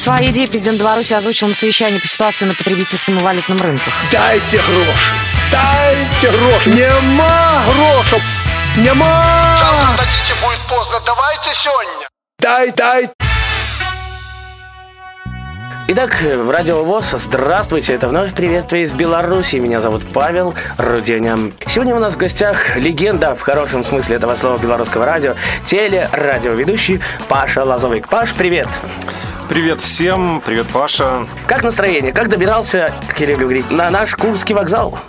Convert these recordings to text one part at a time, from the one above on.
Свои идеи президент Беларуси озвучил на совещании по ситуации на потребительском и валютном рынках. Дайте гроши! Дайте гроши! Нема грошей! Нема! Завтра дадите, будет поздно. Давайте сегодня. Дай! Итак, в Радио ВОС, здравствуйте, это вновь приветствие из Беларуси. Меня зовут Павел Руденя. Сегодня у нас в гостях легенда, в хорошем смысле этого слова, белорусского радио, телерадиоведущий Паша Лазовик. Паш, привет! Привет всем, привет, Паша. Как настроение? Как добирался, как я люблю говорить, на наш Курский вокзал?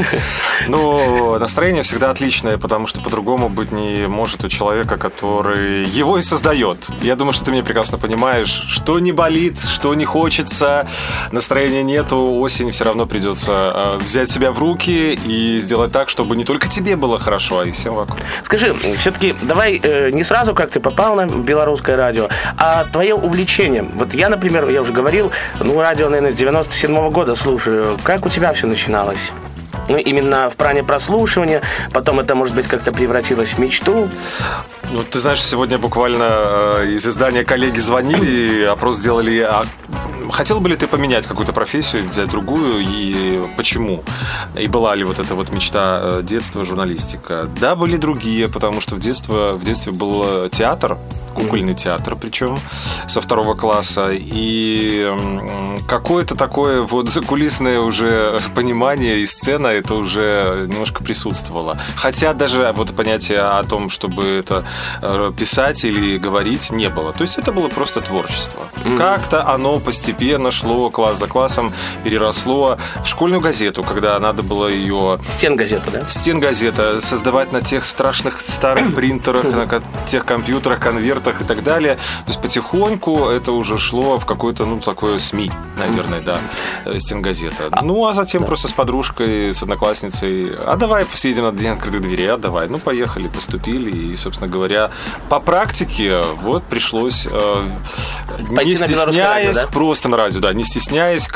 Ну, настроение всегда отличное, потому что по-другому быть не может у человека, который его и создает. Я думаю, что ты меня прекрасно понимаешь, что не болит, что не хочется, настроения нету, осень все равно придется взять себя в руки и сделать так, чтобы не только тебе было хорошо, а и всем вокруг. Скажи, все-таки давай не сразу, как ты попал на белорусское радио, а твое увлечение. Вот я, например, я уже говорил, радио, наверное, с 97-го года слушаю. Как у тебя все начиналось? Именно в плане прослушивания, потом это, может быть, как-то превратилось в мечту. Ну, ты знаешь, сегодня буквально из издания коллеги звонили, опрос сделали, хотел бы ли ты поменять какую-то профессию, взять другую, и почему? И была ли вот эта вот мечта детства, журналистика? Да, были другие, потому что в детстве был театр, кукольный театр, причем со 2 класса, и какое-то такое вот закулисное уже понимание и сцена, это уже немножко присутствовало. Хотя даже вот понятие о том, чтобы это писать или говорить, не было. То есть это было просто творчество. Как-то оно постепенно шло, класс за классом, переросло в школьную газету, когда надо было ее... Стенгазету, да? Стенгазета. Создавать на тех страшных старых принтерах, на тех компьютерах, конвертах и так далее. То есть потихоньку это уже шло в какое-то, такое СМИ, наверное, да, стенгазета. А затем просто с подружкой, с одноклассницей, давай съездим на День открытых дверей, давай. Поехали, поступили, и, собственно говоря, по практике вот пришлось, не стесняясь, радио, да? Просто на радио, да, не стесняясь,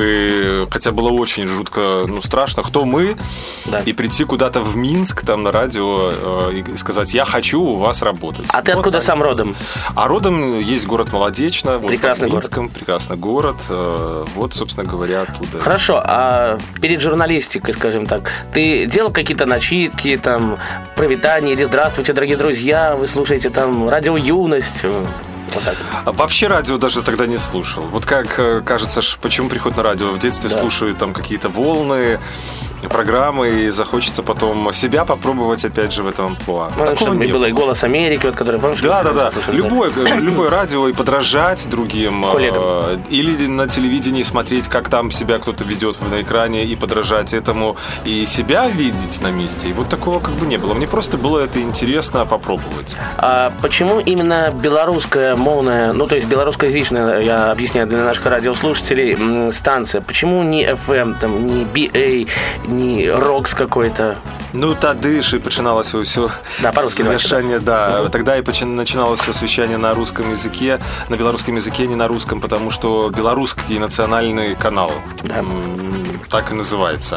хотя было очень жутко, страшно, кто мы, да. И прийти куда-то в Минск, там, на радио, и сказать, я хочу у вас работать. А ты откуда сам родом? А родом есть город Молодечно, прекрасный под Минском, город. Прекрасный город, вот, собственно говоря, оттуда. Хорошо, а перед журналистикой, скажем так, ты делал какие-то начитки, там, привитания или здравствуйте, дорогие друзья, вы слушаете там радио «Юность», вот так. Вообще радио даже тогда не слушал. Вот как кажется, почему приходят на радио? В детстве слушают там какие-то волны, программы, и захочется потом себя попробовать опять же в этом амплуа. Было и «Голос Америки», вот, который, помнишь? Да. Любое радио, и подражать другим коллегам. Или на телевидении смотреть, как там себя кто-то ведет на экране, и подражать этому, и себя видеть на месте. И вот такого не было. Мне просто было это интересно попробовать. А почему именно белорусская мовная, то есть белорусскоязычная, я объясняю для наших радиослушателей, станция, почему не FM, там, не BA, не рокс какой-то? Тады ж и починалось все вещание, да. Тогда и начиналось все вещание на русском языке, на белорусском языке, не на русском, потому что белорусский национальный канал, да. Так и называется.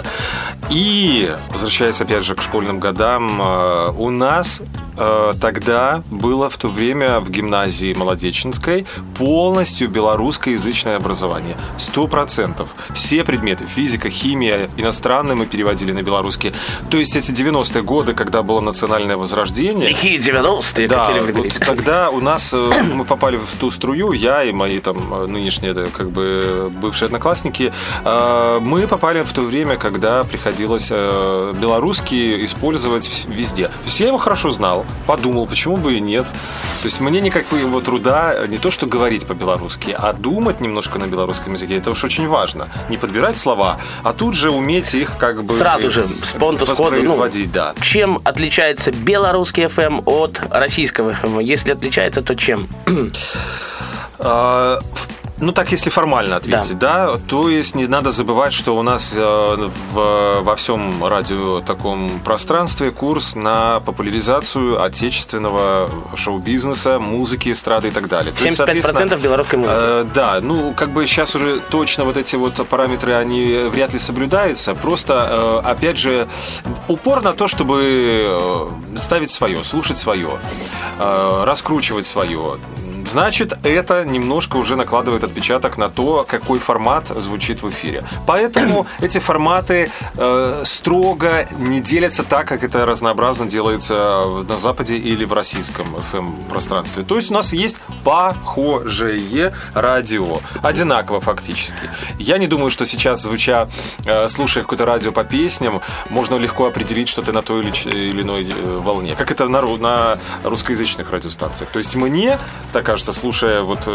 И, возвращаясь опять же к школьным годам, у нас тогда было в то время в гимназии Молодеченской полностью белорусскоязычное образование. 100%. Все предметы, физика, химия, иностранные мы переводили на белорусский. То есть эти 90-е годы, когда было национальное возрождение. Какие 90-е? Да, вот тогда у нас мы попали в ту струю, я и мои там нынешние бывшие одноклассники, мы попали в то время, когда приходилось белорусский использовать везде. То есть я его хорошо знал, подумал, почему бы и нет. То есть мне никакого труда не то, что говорить по-белорусски, а думать немножко на белорусском языке. Это уж очень важно. Не подбирать слова, а тут же уметь их сразу же воспроизводить, да. Чем отличается белорусский FM от российского FM? Если отличается, то чем? Так, если формально ответить, да, то есть не надо забывать, что у нас во всем радио таком пространстве курс на популяризацию отечественного шоу-бизнеса, музыки, эстрады и так далее. 75% белорусской музыки. Да, сейчас уже точно вот эти вот параметры, они вряд ли соблюдаются, просто, опять же, упор на то, чтобы ставить свое, слушать свое, раскручивать свое, значит, это немножко уже накладывает отпечаток на то, какой формат звучит в эфире. Поэтому эти форматы строго не делятся так, как это разнообразно делается на Западе или в российском FM-пространстве. То есть у нас есть похожее радио, одинаково фактически. Я не думаю, что сейчас, слушая какое-то радио по песням, можно легко определить, что ты на той или иной волне. Как это на русскоязычных радиостанциях. То есть мне, так кажется, слушая вот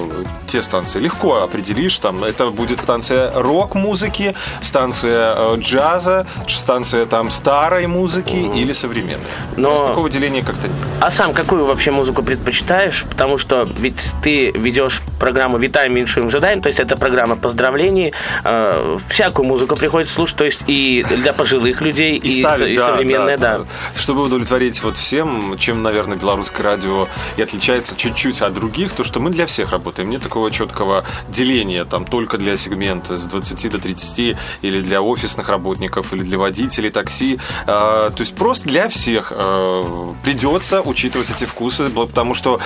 те станции, легко определишь, там, это будет станция рок-музыки, станция джаза, станция там старой музыки или современной. Но такого деления как-то нет. А сам какую вообще музыку предпочитаешь? Потому что ведь ты ведешь программу «Витаем, віншуем, жадаем», то есть это программа поздравлений. Всякую музыку приходится слушать, то есть и для пожилых людей, и современная, да. Чтобы удовлетворить вот всем, чем, наверное, белорусское радио и отличается чуть-чуть от других, то, что мы для всех работаем. Нет такого четкого деления, там, только для сегмента с 20 до 30, или для офисных работников, или для водителей такси. То есть просто для всех придется учитывать эти вкусы, потому что,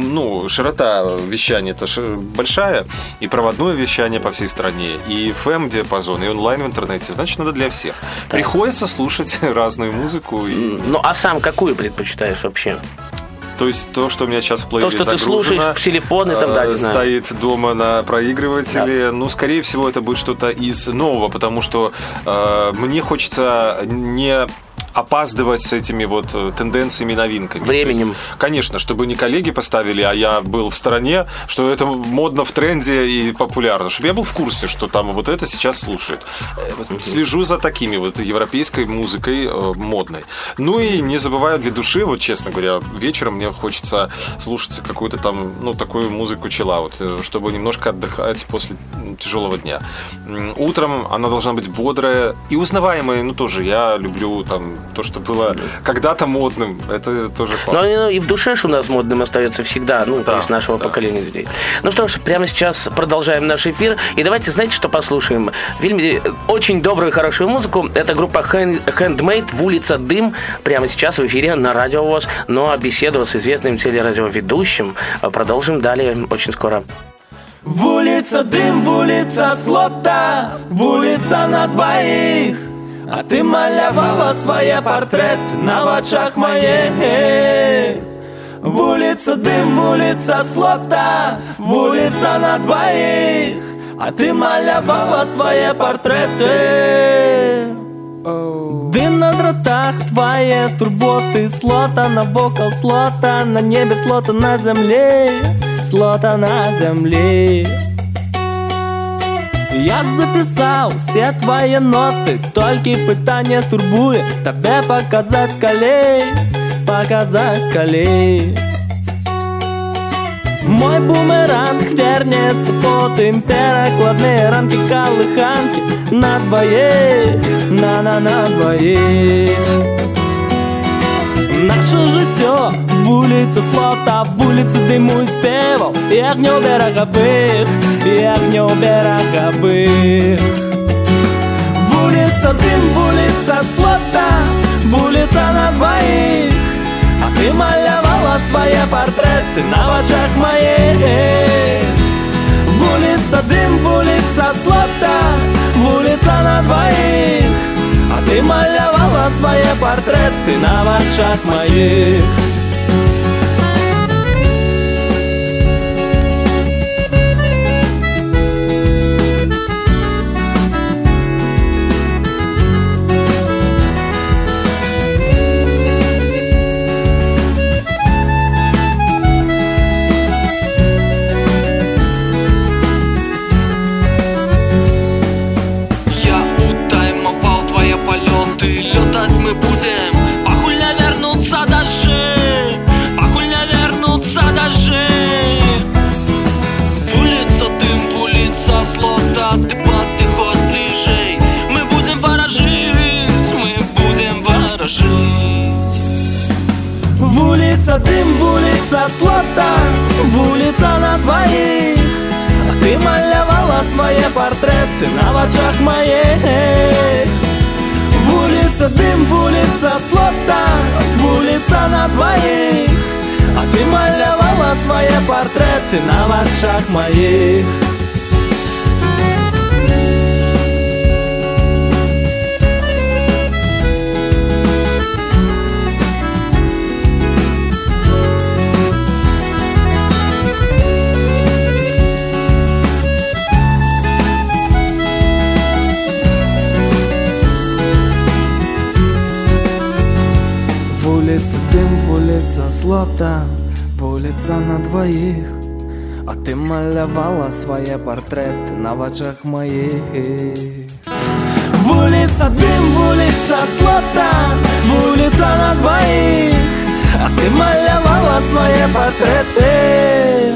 широта вещания это большая, и проводное вещание по всей стране, и FM-диапазон, и онлайн в интернете, значит, надо для всех. Да. Приходится слушать разную музыку. Ну, а сам какую предпочитаешь вообще? То есть то, что у меня сейчас в плеере загружено, то, что ты слушаешь в телефон, не знаю. Стоит дома на проигрывателе. Да. Скорее всего, это будет что-то из нового, потому что мне хочется не опаздывать с этими вот тенденциями, новинками. Временем. Есть, конечно, чтобы не коллеги поставили, а я был в стороне, что это модно, в тренде и популярно. Чтобы я был в курсе, что там вот это сейчас слушают. Слежу за такими вот европейской музыкой модной. Ну и не забываю для души, вот честно говоря, вечером мне хочется слушать какую-то там, такую музыку чиллаут, чтобы немножко отдыхать после тяжелого дня. Утром она должна быть бодрая и узнаваемая, тоже я люблю там то, что было когда-то модным, это тоже классно. Но и в душе у нас модным остается всегда, то есть нашего поколения людей. Ну что ж, прямо сейчас продолжаем наш эфир, и давайте, знаете, что послушаем? Очень добрую, хорошую музыку. Это группа Handmade, «Вулица Дым», прямо сейчас в эфире на Радио ВОС. Ну а беседу с известным телерадиоведущим продолжим далее очень скоро. Вулица Дым, вулица Слота, вулица на двоих. А ты малявала свой портрет на вачах моих. Вулица Дым, вулица Слота, вулица на двоих. А ты малявала свои портреты. Дым на дротах, твои турботы. Слота на вокал, слота на небе, слота на земле, слота на земле. Я записал все твои ноты, только питание турбует тебе показать колей, показать колей. Мой бумеранг вернется потом, перекладные рамки, колыханки на двоих, на двоих. Наше життя, вулиця Слота, вулиці диму і співав, як не берегових, як не берегових. Вулиця Дим, вулиця Слота, вулиця на двоих. А ты малявала свои портреты на очах моих. Вулиця Дим, вулиця Слота, вулиця на двоих. А ты малявала свои портреты на очах моих. Мы будем, похуй не вернуться даже. Вулица Дым, вулица Слота, ты подходишь ближе. Мы будем ворожить. Вулица Дым, вулица Слота, вулица на двоих. А ты малявала свои портреты на очах моих. Вулица Дым, вулица Слота, вулица на двоих. а ты малявала свои портреты на вачах моих. Дым, вулица злота, вулица на двоих, а ты малявала свои портреты на вачах моих. Вулица дым, вулица злота, вулица на двоих, а ты малявала свои портреты.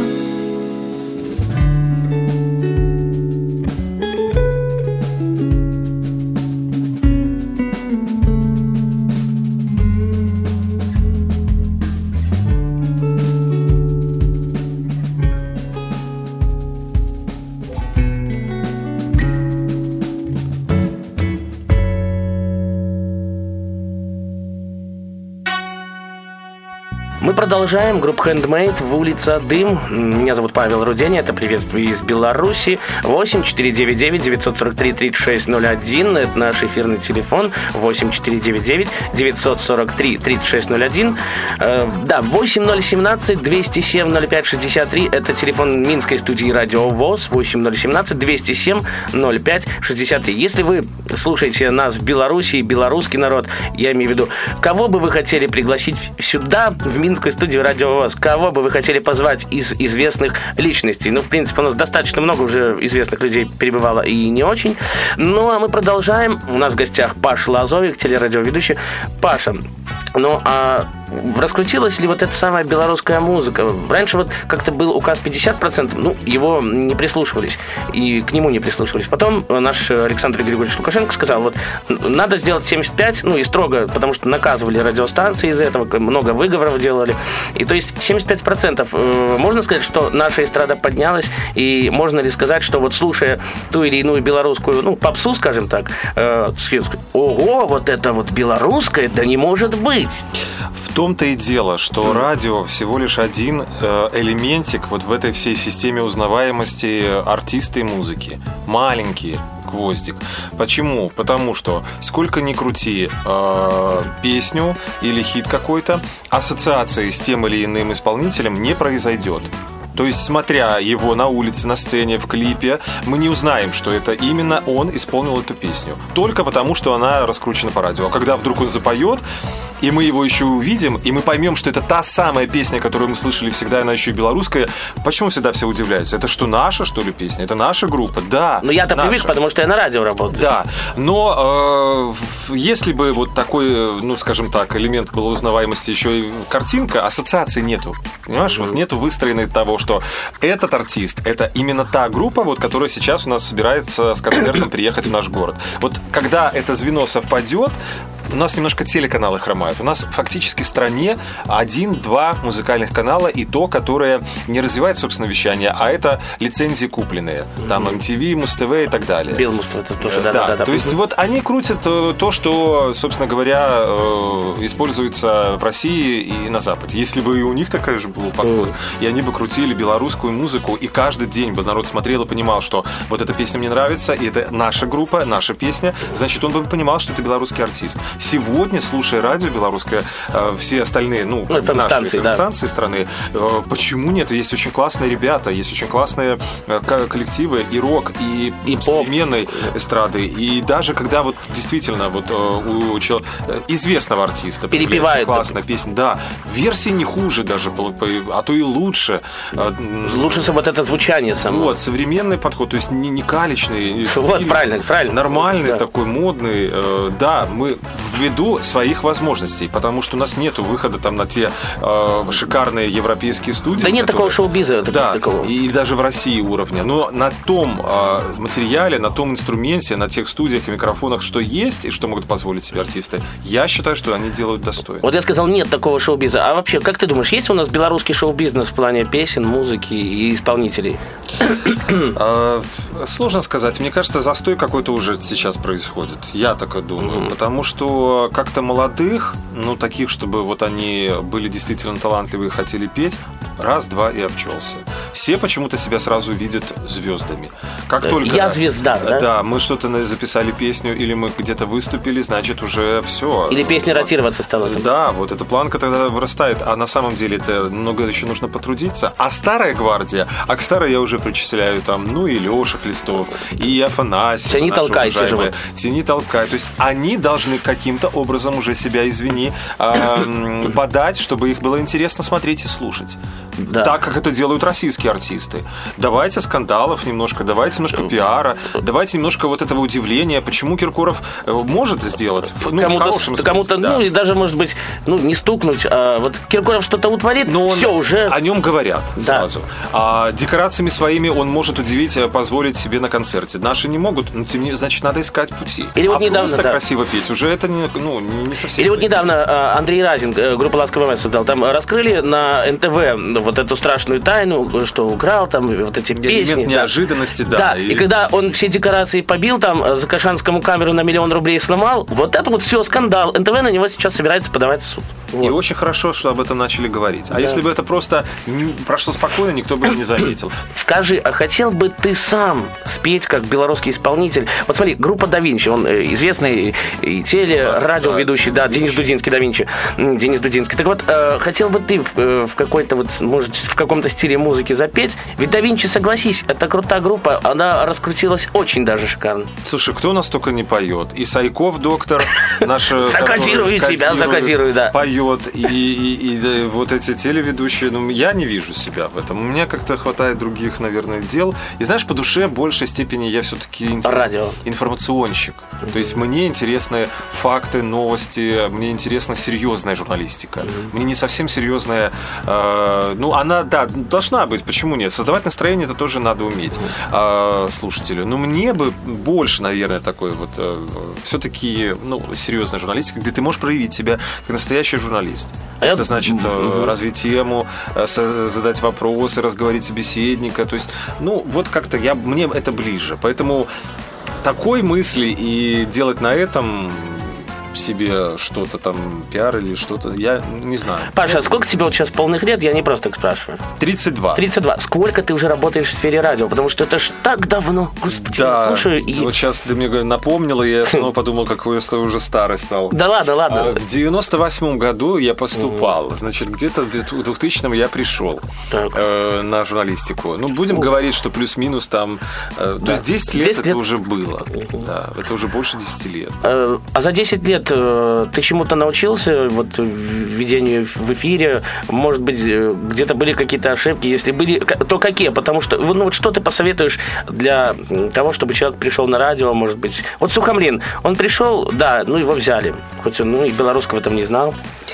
Мы продолжаем. Группа Handmade, улица Дым. Меня зовут Павел Рудень. Это приветствие из Беларуси. 8-499-943-3601. Это наш эфирный телефон. 8-499-943-3601. Да, 8017-207-05-63. Это телефон Минской студии Радио ВОС. 8017-207-05-63. Если вы слушаете нас в Беларуси, белорусский народ, я имею в виду, кого бы вы хотели пригласить сюда, в Минскую студию Радио ВОС, кого бы вы хотели позвать из известных личностей? Ну, в принципе, у нас достаточно много уже известных людей перебывало и не очень. Ну, а мы продолжаем. У нас в гостях Паша Лазовик, телерадиоведущий. Паша, ну, а раскрутилась ли вот эта самая белорусская музыка? Раньше вот как-то был указ 50%, ну, его не прислушивались, и к нему не прислушивались. Потом наш Александр Григорьевич Лукашенко сказал, вот, надо сделать 75%, ну, и строго, потому что наказывали радиостанции из-за этого, много выговоров делали. И то есть 75%, можно сказать, что наша эстрада поднялась, и можно ли сказать, что вот слушая ту или иную белорусскую, ну, попсу, скажем так, ого, вот это вот белорусское, да не может быть. В том-то и дело, что радио всего лишь один элементик вот в этой всей системе узнаваемости артиста и музыки. Маленький гвоздик. Почему? Потому что сколько ни крути песню или хит какой-то, ассоциации с тем или иным исполнителем не произойдет. То есть, смотря его на улице, на сцене, в клипе, мы не узнаем, что это именно он исполнил эту песню. Только потому, что она раскручена по радио. А когда вдруг он запоет, и мы его еще увидим, и мы поймем, что это та самая песня, которую мы слышали всегда, она еще и белорусская, почему всегда все удивляются? Это что, наша, что ли, песня? Это наша группа? Да. Ну, я-то привык, потому что я на радио работаю. Да. Но если бы вот такой, ну, скажем так, элемент было узнаваемости, еще и картинка, ассоциации нету. Понимаешь? Вот нету выстроенной того, что этот артист, это именно та группа, вот, которая сейчас у нас собирается с концертом приехать в наш город. Вот когда это звено совпадет, у нас немножко телеканалы хромают. У нас фактически в стране 1-2 музыкальных канала, и то, которые не развивают собственное вещание, а это лицензии купленные. Там MTV, Муз-ТВ и так далее. Белмуз, это тоже, да. То есть вот они крутят то, что, собственно говоря, используется в России и на Западе. Если бы и у них такой же был подход, и они бы крутили белорусскую музыку, и каждый день бы народ смотрел и понимал, что вот эта песня мне нравится, и это наша группа, наша песня, значит, он бы понимал, что это белорусский артист. Сегодня, слушая радио белорусское, все остальные, ну наши FM-станции страны, почему нет? Есть очень классные ребята, есть очень классные коллективы, и рок, и современной эстрады, и даже когда вот действительно вот у известного артиста перепевает классная песня, да, версии не хуже даже, а то и лучше. Лучше вот это звучание само. Вот, современный подход, то есть не калечный, вот, правильно. Нормальный, такой модный. Да, мы ввиду своих возможностей, потому что у нас нету выхода там на те шикарные европейские студии. Да нет такого шоу-биза. Да, такого. И даже в России уровня. Но на том материале, на том инструменте, на тех студиях и микрофонах, что есть и что могут позволить себе артисты, я считаю, что они делают достойно. Вот я сказал, нет такого шоу-биза. А вообще, как ты думаешь, есть у нас белорусский шоу-бизнес в плане песен, музыки и исполнителей? Сложно сказать. Мне кажется, застой какой-то уже сейчас происходит. Я так и думаю. Потому что что как-то молодых, ну, таких, чтобы вот они были действительно талантливые и хотели петь, раз-два и обчелся. Все почему-то себя сразу видят звездами. Как только... Я звезда, да? Да, мы что-то записали песню, или мы где-то выступили, значит, уже все. Или песня ротироваться стала. Да, вот эта планка тогда вырастает. А на самом деле это много еще нужно потрудиться. А старая гвардия, а к старой я уже причисляю там, ну, и Леша Хлестов, и Афанасий. Тяни толкай, все живут. Тяни толкай. То есть они должны каким-то образом уже себя, извини, подать, чтобы их было интересно смотреть и слушать. Да. Так, как это делают российские артисты. Давайте скандалов немножко, давайте немножко пиара, давайте немножко вот этого удивления, почему Киркоров может сделать, ну, в хорошем смысле. Кому-то, да. Ну, и даже, может быть, ну, не стукнуть, а вот Киркоров что-то утворит, все уже... О нем говорят сразу. А декорациями своими он может удивить, позволить себе на концерте. Наши не могут, ну, тем не менее, значит, надо искать пути. Или вот недавно, просто красиво петь, уже это не совсем... Или вот недавно Андрей Разин, группа «Ласковый май» создал, там раскрыли на НТВ вот эту страшную тайну, что украл там вот эти песни. Элемент неожиданности, да. Да, и когда он все декорации побил, там, за Кашанскому камеру на 1 000 000 рублей сломал, вот это вот все скандал. НТВ на него сейчас собирается подавать в суд. Вот. И очень хорошо, что об этом начали говорить. А если бы это просто прошло спокойно, никто бы не заметил. Скажи, а хотел бы ты сам спеть как белорусский исполнитель? Вот смотри, группа «Да Винчи», он известный и телерадиоведущий, да, Денис Дудинский, «Да Винчи», Денис Дудинский. Так вот, хотел бы ты в какой-то вот, может, в каком-то стиле музыки запеть? Ведь «Да Винчи», согласись, это крутая группа, она раскрутилась очень даже шикарно. Слушай, кто у нас только не поет? И Сайков, доктор, наш... Закодирую тебя, закодирую, да. Поет, и вот эти телеведущие, ну, я не вижу себя в этом. У меня как-то хватает других, наверное, дел. И знаешь, по душе в большей степени я все-таки информационщик. То есть мне интересны факты, новости, мне интересна серьезная журналистика. Мне не совсем серьезная... ну, она, да, должна быть, почему нет? Создавать настроение это тоже надо уметь слушателю. Но мне бы больше, наверное, такой вот все-таки, ну, серьезная журналистика, где ты можешь проявить себя как настоящий журналист. Это значит развить тему, задать вопросы, разговорить собеседника. То есть, ну, вот как-то мне это ближе. Поэтому такой мысли и делать на этом себе что-то там, пиар или что-то, я не знаю. Паша, а сколько тебе вот сейчас полных лет? Я не просто так спрашиваю. 32. 32. Сколько ты уже работаешь в сфере радио? Потому что это ж так давно. Господи, да, я слушаю и... Вот сейчас ты мне напомнила, и я снова подумал, какой я уже старый стал. Да ладно. В 98 году я поступал. Значит, где-то в 2000-м я пришел на журналистику. Ну, будем говорить, что плюс-минус там... То есть 10 лет это уже было. Да, это уже больше 10 лет. А за 10 лет ты чему-то научился вот введению в эфире? Может быть, где-то были какие-то ошибки? Если были, то какие? Потому что, ну вот что ты посоветуешь для того, чтобы человек пришел на радио, может быть? Вот Сухомлин, он пришел, да, ну его взяли. Хоть он, ну, и белорусского там не знал.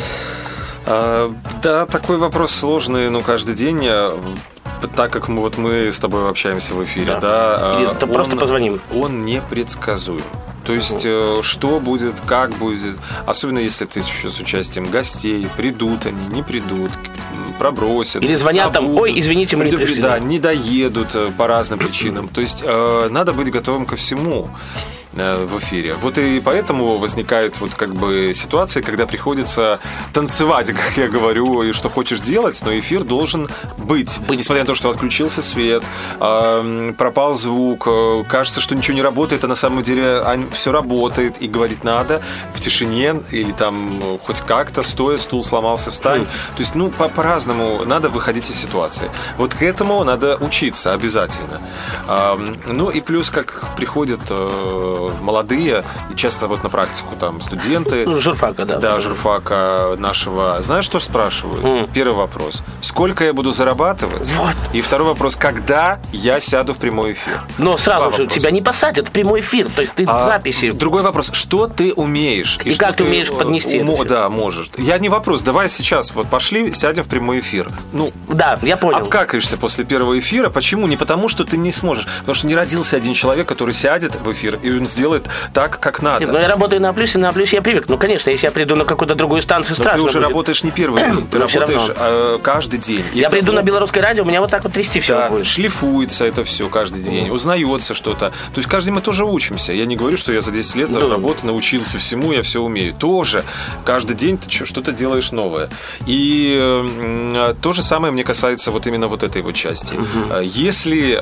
Да, такой вопрос сложный, ну, каждый день. Так как мы с тобой общаемся в эфире, да, или просто позвоним. Он непредсказуем. То есть, что будет, как будет, особенно если ты еще с участием гостей, придут они, не придут, пробросят. Или звонят забудут, там, ой, извините, мы не пришли. Да, не доедут по разным причинам. То есть, надо быть готовым ко всему в эфире. Вот и поэтому возникают вот как бы ситуации, когда приходится танцевать, как я говорю, и что хочешь делать, но эфир должен быть. Несмотря на то, что отключился свет, пропал звук, кажется, что ничего не работает, а на самом деле все работает, и говорить надо в тишине или там хоть как-то, стоя, стул сломался, встань. То есть, ну, по-разному надо выходить из ситуации. Вот к этому надо учиться обязательно. Ну и плюс, как приходят молодые, и часто вот на практику там студенты. Журфака, да. Да, журфака нашего. Знаешь, что спрашивают? Первый вопрос. Сколько я буду зарабатывать? Вот. И второй вопрос. Когда я сяду в прямой эфир? Но сразу же тебя не посадят в прямой эфир. То есть ты в записи. Другой вопрос. Что ты умеешь? И как ты умеешь поднести это? Да, может. Я не вопрос. Давай сейчас вот пошли, сядем в прямой эфир. Ну, да, я понял. Обкакаешься после первого эфира. Почему? Не потому, что ты не сможешь. Потому что не родился один человек, который сядет в эфир, и он сделает так, как надо. Нет, я работаю на Плюсе, на Плюсе я привык. Ну, конечно, если я приду на какую-то другую станцию, страшно ты уже будет. работаешь не первый день, ты работаешь каждый день. Я приду на Белорусское радио, у меня вот так вот трясти все будет. Шлифуется это все каждый день, узнается что-то. То есть каждый день мы тоже учимся. Я не говорю, что я за 10 лет работы научился всему, я все умею. Тоже каждый день ты что-то делаешь новое. И то же самое мне касается вот именно вот этой вот части. Если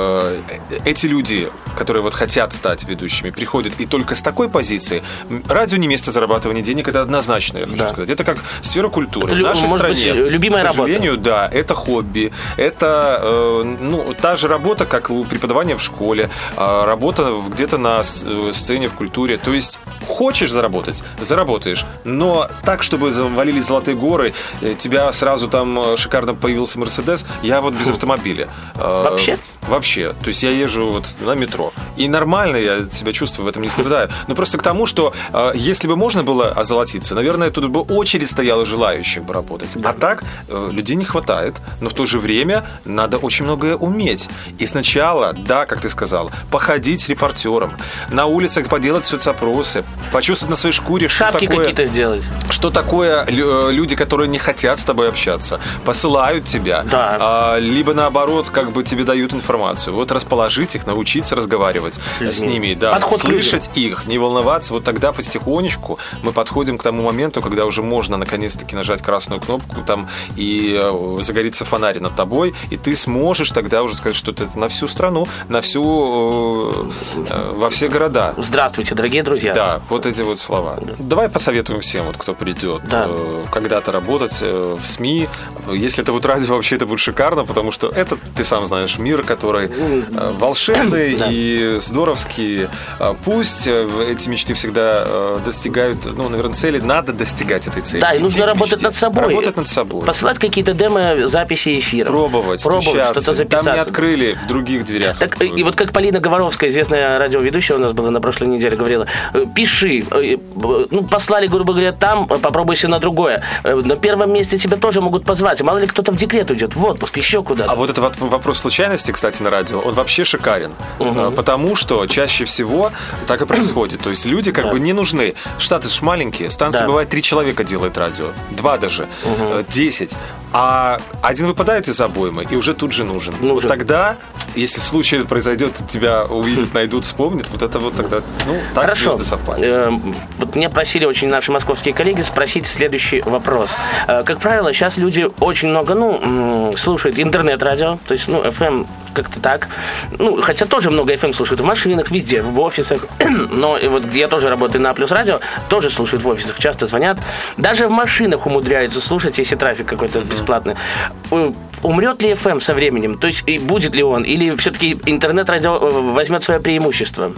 эти люди, которые вот хотят стать ведущими, приходят и только с такой позиции, радио не место зарабатывания денег, это однозначно, я хочу сказать. Это как сфера культуры. В нашей стране, любимая к сожалению, работа. Да, это хобби, это та же работа, как у преподавания в школе, работа где-то на сцене, в культуре. То есть хочешь заработать, заработаешь, но так, чтобы завалились золотые горы, тебя сразу там шикарно появился Мерседес, я вот без автомобиля. Вообще? Вообще. То есть я езжу вот на метро. И нормально я себя чувствую, в этом не страдаю. Но просто к тому, что если бы можно было озолотиться, наверное, тут бы очередь стояла желающих бы работать. А так людей не хватает. Но в то же время надо очень многое уметь. И сначала, да, как ты сказал, походить с репортером, на улицах поделать соцопросы, почувствовать на своей шкуре, шапки какие-то сделать. Что такое люди, которые не хотят с тобой общаться, посылают тебя, либо наоборот, как бы тебе дают информацию. Вот расположить их, научиться разговаривать с ними, да, слышать их, не волноваться. Вот тогда потихонечку мы подходим к тому моменту, когда уже можно наконец-таки нажать красную кнопку там и загорится фонарь над тобой, и ты сможешь тогда уже сказать, что это на всю страну, на всю во все города. Здравствуйте, дорогие друзья. Да, вот эти вот слова. Давай посоветуем всем, вот, кто придет когда-то работать в СМИ. Если это вот радио, вообще это будет шикарно, потому что это, ты сам знаешь, мир, который волшебный и здоровский. Пусть эти мечты всегда достигают, наверное, цели. Надо достигать этой цели. Да, и нужно работать над собой. Работать над собой. Посылать какие-то демо-записи эфиров. Пробовать, что-то записаться. Там не открыли в других дверях. Так, и вот как Полина Говоровская, известная радиоведущая у нас была на прошлой неделе, говорила, пиши, послали, грубо говоря, там, попробуйся на другое. На первом месте тебя тоже могут позвать. Мало ли кто-то в декрет уйдет, в отпуск, еще куда-то. А вот это вопрос случайности, кстати, на радио, он вообще шикарен. Потому что чаще всего так и происходит. То есть люди как бы не нужны. Штаты же маленькие. Станции бывает 3 человека делает радио. 2 даже. 10. А один выпадает из обоймы и уже тут же нужен. Вот тогда, если случай этот произойдет, тебя увидят, найдут, вспомнят, вот это вот тогда, так хорошо. Звезды совпадают. Вот меня просили очень наши московские коллеги спросить следующий вопрос. Как правило, сейчас люди очень много, слушают интернет-радио, то есть, FM как-то так. Хотя тоже много FM слушают в машинах, везде, в офисах. Но вот я тоже работаю на Плюс радио, тоже слушают в офисах, часто звонят. Даже в машинах умудряются слушать, если трафик какой-то бесплатный. Умрет ли FM со временем? То есть, и будет ли он? Или все-таки интернет-радио возьмет свое преимущество?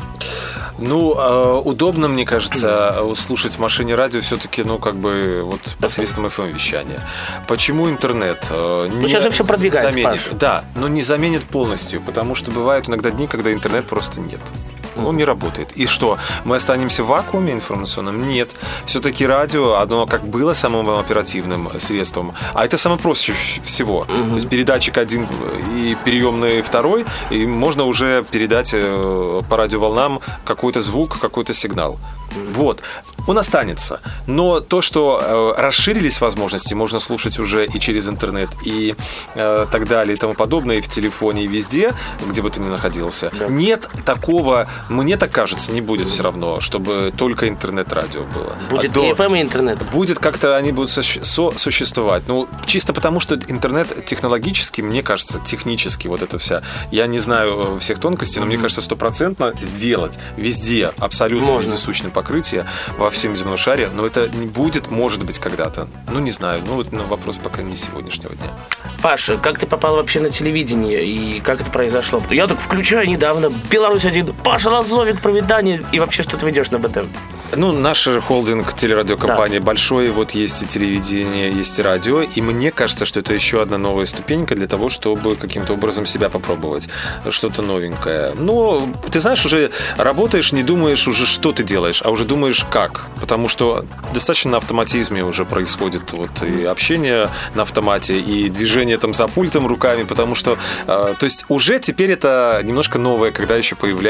Удобно, мне кажется, слушать в машине радио все-таки, посредством FM-вещания. Почему интернет не сейчас же все продвигается, заменит? Да, но не заменит полностью, потому что бывают иногда дни, когда интернет просто нет. Он не работает. И что, мы останемся в вакууме информационном? Нет. Все-таки радио, оно как было самым оперативным средством, а это самое проще всего. То есть передатчик один и приемный второй, и можно уже передать по радиоволнам какой-то звук, какой-то сигнал. Вот. Он останется. Но то, что расширились возможности, можно слушать уже и через интернет, и так далее, и тому подобное, и в телефоне, и везде, где бы ты ни находился. Да. Нет такого, мне так кажется, не будет все равно, чтобы только интернет-радио было. Будет и FM, и интернет. Будет как-то, они будут существовать. Чисто потому, что интернет технологически, мне кажется, технически, вот это вся, я не знаю всех тонкостей, но мне кажется, 100% сделать везде, абсолютно вездесущное покрытие во всем земном шаре, но это не будет, может быть, когда-то. Не знаю. Вопрос пока не сегодняшнего дня. Паша, как ты попал вообще на телевидение и как это произошло? Я так включаю недавно Беларусь-1, Паша Лазовик, провидание, и вообще что ты ведешь на БТ? Наш холдинг телерадиокомпания большой, вот есть и телевидение, есть и радио, и мне кажется, что это еще одна новая ступенька для того, чтобы каким-то образом себя попробовать, что-то новенькое. Ты знаешь, уже работаешь, не думаешь уже, что ты делаешь, а уже думаешь, как, потому что достаточно на автоматизме уже происходит и общение на автомате, и движение там за пультом руками, потому что, то есть уже теперь это немножко новое, когда еще появляется необходимость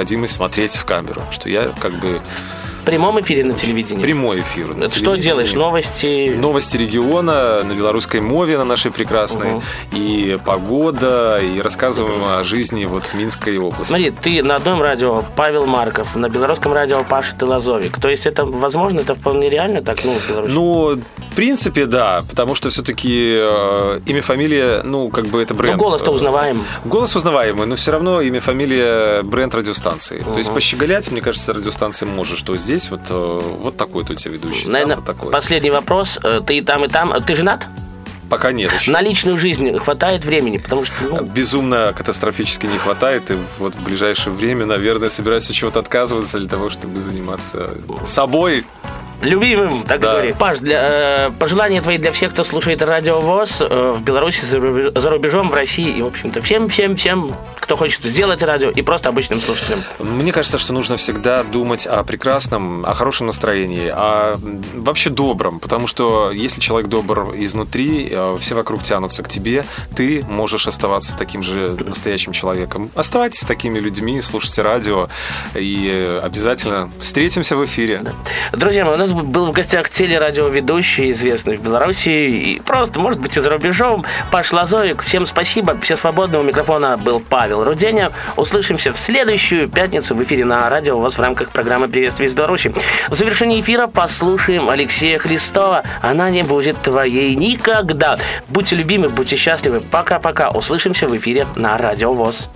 необходимость смотреть в камеру, что я как бы... В прямом эфире на телевидении? Прямой эфир. Что делаешь? Новости? Новости региона на белорусской мове, на нашей прекрасной. И погода, и рассказываем о жизни вот Минской области. Смотри, ты на одном радио Павел Марков, на белорусском радио Паша Тылазовик. То есть это возможно, это вполне реально так, ну, в Беларуси? Ну, в принципе, да, потому что все-таки имя, фамилия, ну, как бы это бренд. Ну, голос-то узнаваем. Голос узнаваемый, но все равно имя, фамилия, бренд радиостанции. То есть пощеголять, мне кажется, радиостанции можешь, что здесь вот такой-то у тебя ведущий. Наверное, такой. Последний вопрос. Ты и там, и там. Ты женат? Пока нет еще. На личную жизнь хватает времени? Потому что, безумно катастрофически не хватает. И вот в ближайшее время, наверное, собираюсь от чего-то отказываться для того, чтобы заниматься собой. Любимым, так говори. Паш, пожелания твои для всех, кто слушает Радио ВОС в Беларуси, за рубежом, в России и, в общем-то, всем, кто хочет сделать радио, и просто обычным слушателям. Мне кажется, что нужно всегда думать о прекрасном, о хорошем настроении, о вообще добром, потому что если человек добр изнутри, все вокруг тянутся к тебе, ты можешь оставаться таким же настоящим человеком. Оставайтесь такими людьми, слушайте радио, и обязательно встретимся в эфире. Друзья мои, у нас был в гостях телерадиоведущий, известный в Беларуси и просто, может быть, и за рубежом, Паш Лазовик. Всем спасибо. Все свободны. У микрофона был Павел Руденя. Услышимся в следующую пятницу в эфире на радио ВОС в рамках программы «Приветствие из Беларуси». В завершении эфира послушаем Алексея Христова. Она не будет твоей никогда. Будьте любимы, будьте счастливы. Пока-пока. Услышимся в эфире на радио ВОС.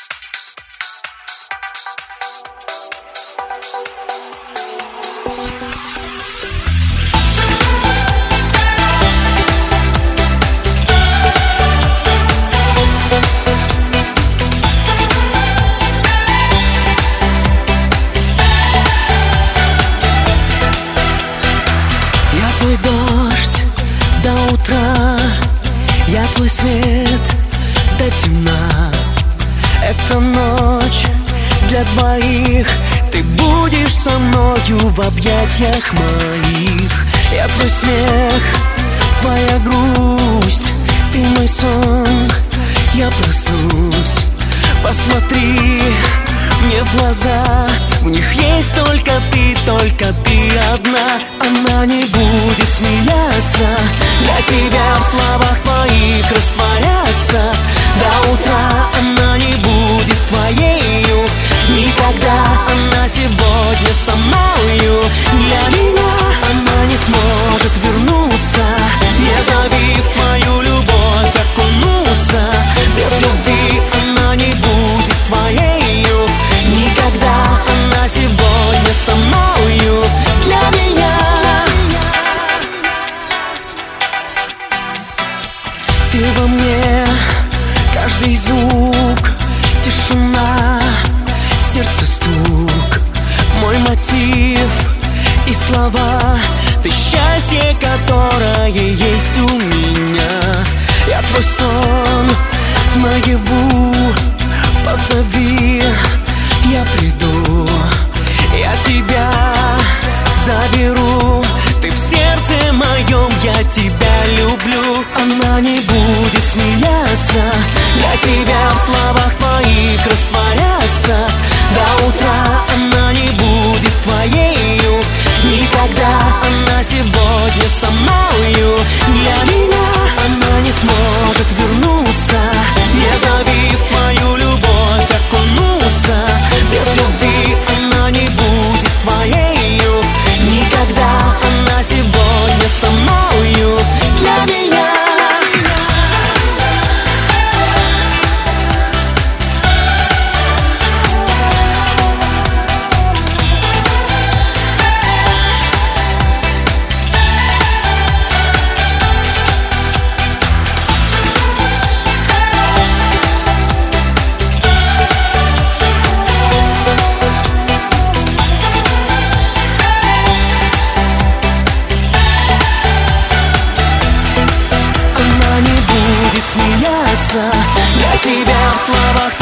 Твой свет до темна. Это ночь для двоих. Ты будешь со мною в объятиях моих. Я твой смех, твоя грусть. Ты мой сон, я проснусь. Посмотри мне в глаза. В них есть только ты одна. Она не будет смеяться, для тебя в словах твоих растворяться. До утра она не будет твоею никогда. Она сегодня со мною. Для меня она не сможет вернуться, не зови в твою любовь окунуться. Без любви она не будет твоею никогда. Она сегодня со мною. Для меня ты во мне, каждый звук, тишина, сердце стук, мой мотив и слова. Ты счастье, которое есть у меня. Я твой сон наяву. Позови, я приду. Я тебя заберу. Ты в сердце моем, я тебя люблю. Она не будет смеяться, для тебя в словах твоих растворяться. До утра она не будет твоею никогда. Она сегодня со мною. Для меня она не сможет вернуться, не зови в твою любовь окунуться. Без любви она не будет твоею никогда. Она сегодня со мною. Для меня смеяться, для тебя в словах